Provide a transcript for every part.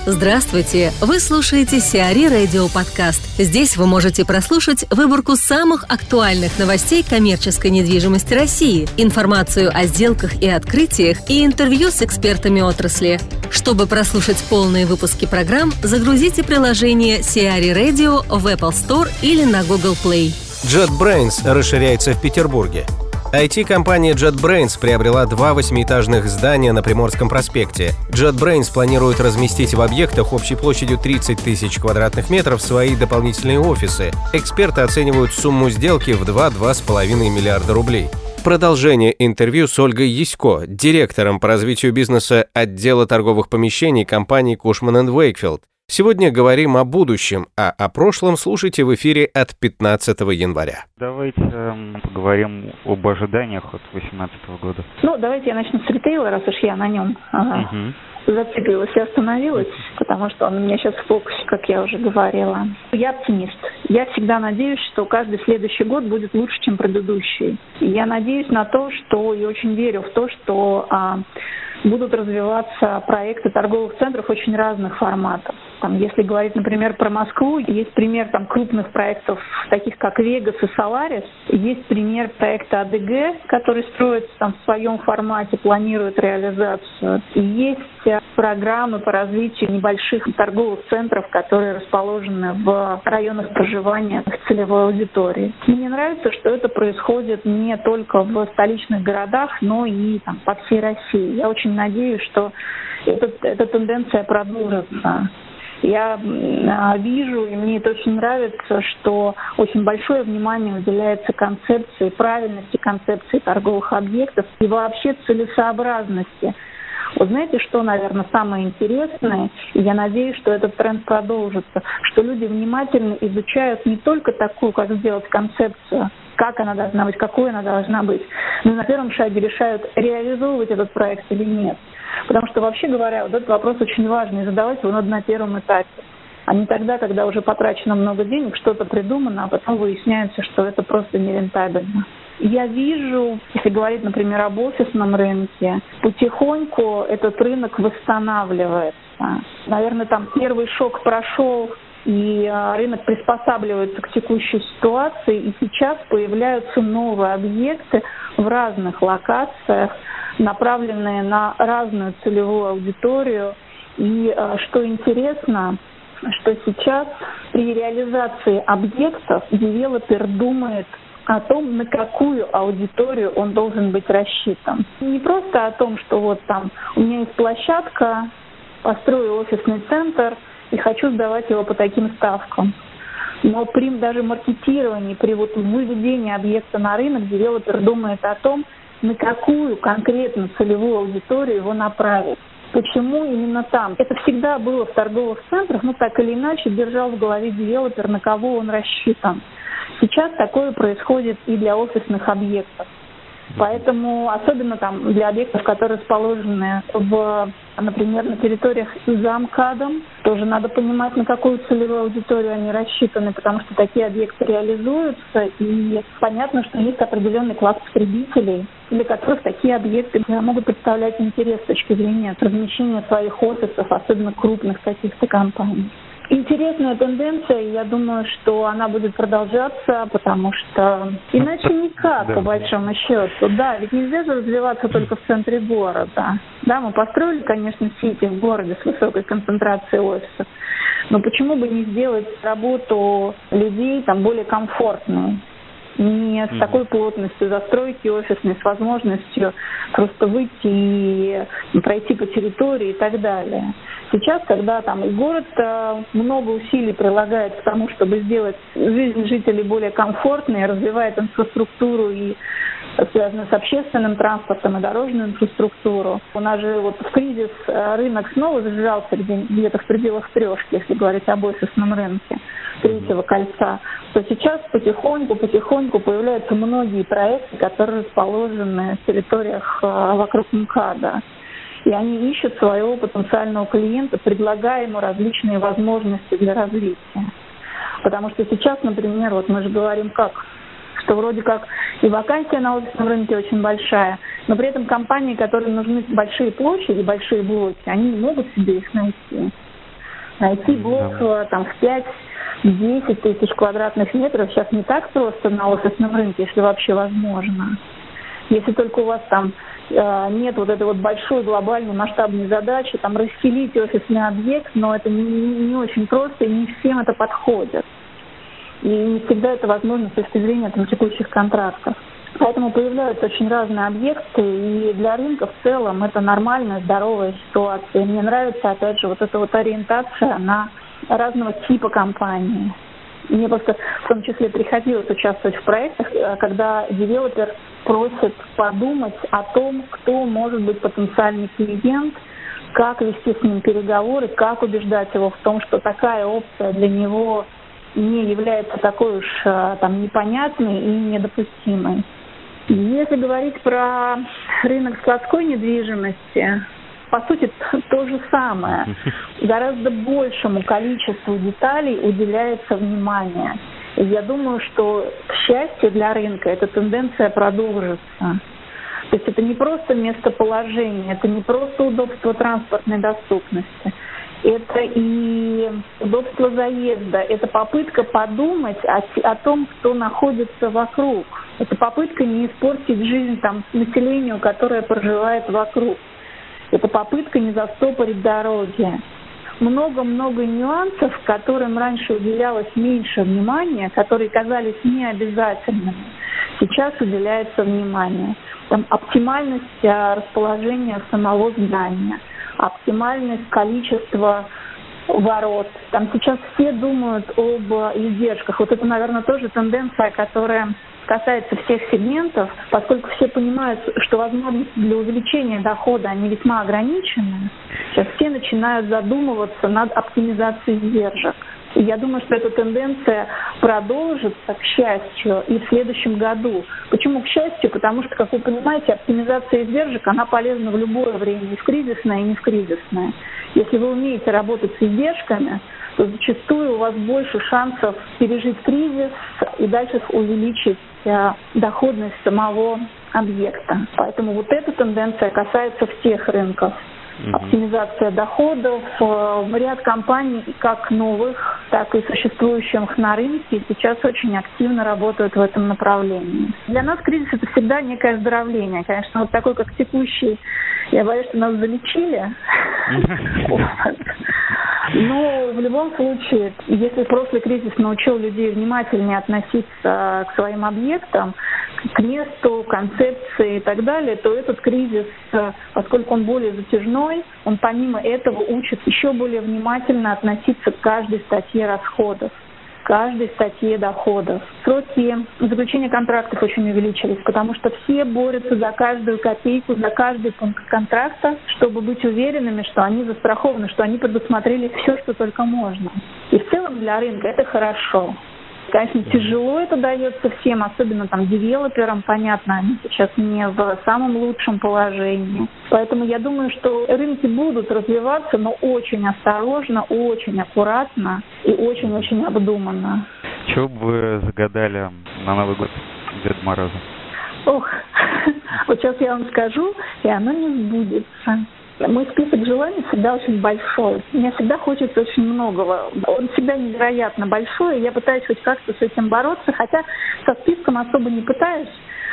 Здравствуйте! Вы слушаете Сиари Радио Подкаст. Здесь вы можете прослушать выборку самых актуальных новостей коммерческой недвижимости России, информацию о сделках и открытиях и интервью с экспертами отрасли. Чтобы прослушать полные выпуски программ, загрузите приложение Сиари Radio в Apple Store или на Google Play. JetBrains расширяется в Петербурге. IT-компания JetBrains приобрела 2 8-этажных здания на Приморском проспекте. JetBrains планирует разместить в объектах общей площадью 30 тысяч квадратных метров свои дополнительные офисы. Эксперты оценивают сумму сделки в 2-2,5 миллиарда рублей. Продолжение интервью с Ольгой Ясько, директором по развитию бизнеса отдела торговых помещений компании Cushman & Wakefield. Сегодня говорим о будущем, а о прошлом слушайте в эфире от 15 января. Давайте поговорим об ожиданиях от 2018 года. Давайте я начну с ритейла, раз уж я на нем зациклилась и остановилась, потому что он у меня сейчас в фокусе, как я уже говорила. Я оптимист. Я всегда надеюсь, что каждый следующий год будет лучше, чем предыдущий. И я надеюсь на то, что и очень верю в то, что будут развиваться проекты торговых центров очень разных форматов. Если говорить, например, про Москву, есть пример крупных проектов, таких как Вегас и Соларис. Есть пример проекта АДГ, который строится в своем формате, планирует реализацию. И есть программы по развитию небольших торговых центров, которые расположены в районах проживания целевой аудитории. Мне нравится, что это происходит не только в столичных городах, но и по всей России. Я очень надеюсь, что эта тенденция продолжится. Я вижу, и мне это очень нравится, что очень большое внимание уделяется концепции, правильности концепции торговых объектов и вообще целесообразности. Вот знаете, что, наверное, самое интересное, и я надеюсь, что этот тренд продолжится, что люди внимательно изучают не только такую, как сделать концепцию, как она должна быть, какой она должна быть, но на первом шаге решают, реализовывать этот проект или нет. Потому что, вообще говоря, вот этот вопрос очень важный, задавать его надо на первом этапе, а не тогда, когда уже потрачено много денег, что-то придумано, а потом выясняется, что это просто нерентабельно. Я вижу, если говорить, например, об офисном рынке, потихоньку этот рынок восстанавливается. Наверное, первый шок прошел, и рынок приспосабливается к текущей ситуации, и сейчас появляются новые объекты в разных локациях, направленные на разную целевую аудиторию. И что интересно, что сейчас при реализации объектов девелопер думает о том, на какую аудиторию он должен быть рассчитан. Не просто о том, что у меня есть площадка, построю офисный центр и хочу сдавать его по таким ставкам. Но при даже маркетировании, при выведении объекта на рынок, девелопер думает о том, на какую конкретно целевую аудиторию его направить. Почему именно там? Это всегда было в торговых центрах, но так или иначе держал в голове девелопер, на кого он рассчитан. Сейчас такое происходит и для офисных объектов. Поэтому, особенно для объектов, которые расположены например, на территориях за МКАДом, тоже надо понимать, на какую целевую аудиторию они рассчитаны, потому что такие объекты реализуются, и понятно, что есть определенный класс потребителей, для которых такие объекты могут представлять интерес с точки зрения размещения своих офисов, особенно крупных каких-то компаний. Интересная тенденция, и я думаю, что она будет продолжаться, потому что иначе никак, по большому счету. Да, ведь нельзя же развиваться только в центре города. Да, мы построили, конечно, сити в городе с высокой концентрацией офисов, но почему бы не сделать работу людей более комфортной? Не с такой плотностью застройки офисной, с возможностью просто выйти и пройти по территории и так далее. Сейчас, когда и город много усилий прилагает к тому, чтобы сделать жизнь жителей более комфортной, развивает инфраструктуру и связанную с общественным транспортом и дорожную инфраструктуру. У нас же в кризис рынок снова зажигался где-то в пределах трешки, если говорить об офисном рынке, третьего кольца, то сейчас потихоньку появляются многие проекты, которые расположены в территориях вокруг МКАДа. И они ищут своего потенциального клиента, предлагая ему различные возможности для развития. Потому что сейчас, например, мы же говорим что вроде как и вакансия на офисном рынке очень большая, но при этом компании, которым нужны большие площади, большие блоки, они не могут себе их найти. Найти блок там в 5-10 тысяч квадратных метров сейчас не так просто на офисном рынке, если вообще возможно. Если только у вас там нет вот этой вот большой глобальной масштабной задачи, там расселить офисный объект, но это не очень просто, и не всем это подходит. И не всегда это возможно с точки зрения там текущих контрактов. Поэтому появляются очень разные объекты, и для рынка в целом это нормальная, здоровая ситуация. И мне нравится, опять же, вот эта вот ориентация на разного типа компании. Мне просто в том числе приходилось участвовать в проектах, когда девелопер просит подумать о том, кто может быть потенциальный клиент, как вести с ним переговоры, как убеждать его в том, что такая опция для него не является такой уж там непонятной и недопустимой. Если говорить про рынок складской недвижимости, по сути, то же самое. Гораздо большему количеству деталей уделяется внимание. И я думаю, что, к счастью для рынка, эта тенденция продолжится. То есть это не просто местоположение, это не просто удобство транспортной доступности. Это и удобство заезда, это попытка подумать о том, кто находится вокруг. Это попытка не испортить жизнь там населению, которое проживает вокруг. Это попытка не застопорить дороги. Много-много нюансов, которым раньше уделялось меньше внимания, которые казались необязательными, сейчас уделяется внимание. Там оптимальность расположения самого здания, оптимальность количества ворот. Там сейчас все думают об издержках. Вот это, наверное, тоже тенденция, которая касается всех сегментов, поскольку все понимают, что возможности для увеличения дохода, они весьма ограничены. Сейчас все начинают задумываться над оптимизацией издержек. И я думаю, что эта тенденция продолжится, к счастью, и в следующем году. Почему к счастью? Потому что, как вы понимаете, оптимизация издержек, она полезна в любое время, и в кризисное, и не в кризисное. Если вы умеете работать с издержками, то зачастую у вас больше шансов пережить кризис и дальше увеличить доходность самого объекта. Поэтому вот эта тенденция касается всех рынков. Оптимизация доходов. Ряд компаний, как новых, так и существующих на рынке, сейчас очень активно работают в этом направлении. Для нас кризис – это всегда некое оздоровление. Конечно, вот такой, как текущий, я боюсь, что нас залечили. Но в любом случае, если прошлый кризис научил людей внимательнее относиться к своим объектам, к месту, концепции и так далее, то этот кризис, поскольку он более затяжной, он помимо этого учит еще более внимательно относиться к каждой статье расходов, к каждой статье доходов. Сроки заключения контрактов очень увеличились, потому что все борются за каждую копейку, за каждый пункт контракта, чтобы быть уверенными, что они застрахованы, что они предусмотрели все, что только можно. И в целом для рынка это хорошо. Конечно, тяжело это дается всем, особенно там девелоперам, понятно, они сейчас не в самом лучшем положении. Поэтому я думаю, что рынки будут развиваться, но очень осторожно, очень аккуратно и очень-очень обдуманно. Чего бы вы загадали на Новый год Деду Морозу? Ох, вот сейчас я вам скажу, и оно не сбудется. Мой список желаний всегда очень большой. Мне всегда хочется очень многого. Он всегда невероятно большой, и я пытаюсь хоть как-то с этим бороться, хотя со списком особо не пытаюсь.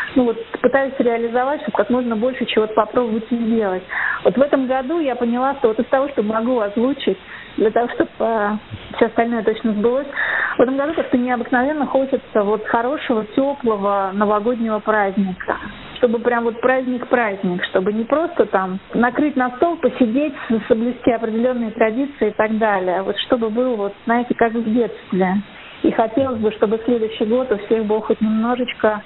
Пытаюсь реализовать, чтобы как можно больше чего-то попробовать сделать. Вот в этом году я поняла, что вот из того, что могу озвучить, для того, чтобы все остальное точно сбылось, в этом году как-то необыкновенно хочется вот хорошего, теплого новогоднего праздника. Чтобы прям вот праздник-праздник, чтобы не просто там накрыть на стол, посидеть, соблюсти определенные традиции и так далее. Вот чтобы был, вот, знаете, как в детстве. И хотелось бы, чтобы следующий год у всех был хоть немножечко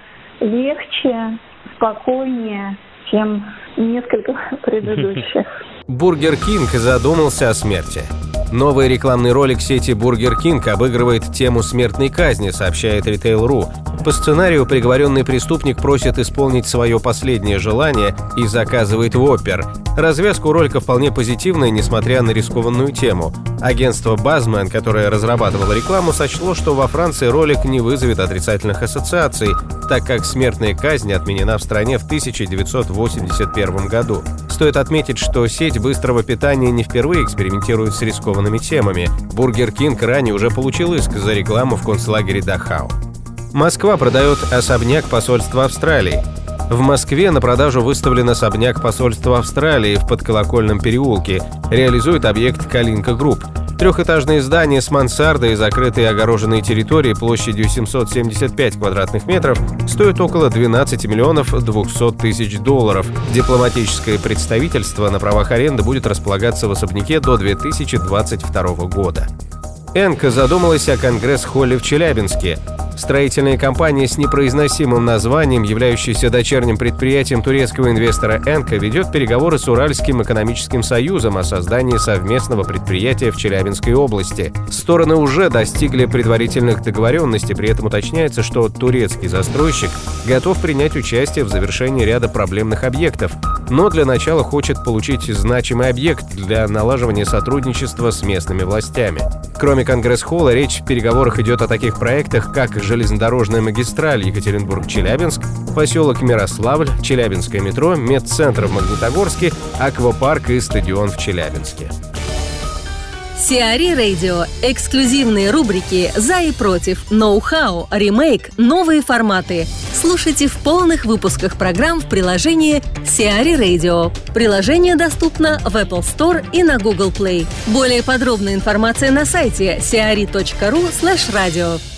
легче, спокойнее, чем несколько предыдущих. Бургер Кинг задумался о смерти. Новый рекламный ролик сети Бургер Кинг обыгрывает тему смертной казни, сообщает Retail.ru. По сценарию приговоренный преступник просит исполнить свое последнее желание и заказывает Whopper. Развязка у ролика вполне позитивная, несмотря на рискованную тему. Агентство Buzzman, которое разрабатывало рекламу, сочло, что во Франции ролик не вызовет отрицательных ассоциаций, так как смертная казнь отменена в стране в 1981 году. С Стоит отметить, что сеть быстрого питания не впервые экспериментирует с рискованными темами. Бургер Кинг ранее уже получил иск за рекламу в концлагере Дахау. Москва продает особняк посольства Австралии. В Москве на продажу выставлен особняк посольства Австралии в Подколокольном переулке. Реализует объект «Калинка Групп». Трехэтажное здание с мансардой и закрытой огороженной территорией площадью 775 квадратных метров стоит около 12 миллионов 200 тысяч долларов. Дипломатическое представительство на правах аренды будет располагаться в особняке до 2022 года. Энка задумалась о Конгресс-холле в Челябинске. Строительная компания с непроизносимым названием, являющаяся дочерним предприятием турецкого инвестора Энка, ведет переговоры с Уральским экономическим союзом о создании совместного предприятия в Челябинской области. Стороны уже достигли предварительных договоренностей, при этом уточняется, что турецкий застройщик готов принять участие в завершении ряда проблемных объектов, но для начала хочет получить значимый объект для налаживания сотрудничества с местными властями. Кроме Конгресс-холла, речь в переговорах идет о таких проектах, как железнодорожная магистраль Екатеринбург-Челябинск, поселок Мирославль, Челябинское метро, медцентр в Магнитогорске, аквапарк и стадион в Челябинске. Сиари Радио. Эксклюзивные рубрики «За и против», «Ноу-хау», «Ремейк», «Новые форматы». Слушайте в полных выпусках программ в приложении Сиари Radio. Приложение доступно в Apple Store и на Google Play. Более подробная информация на сайте siari.ru/radio.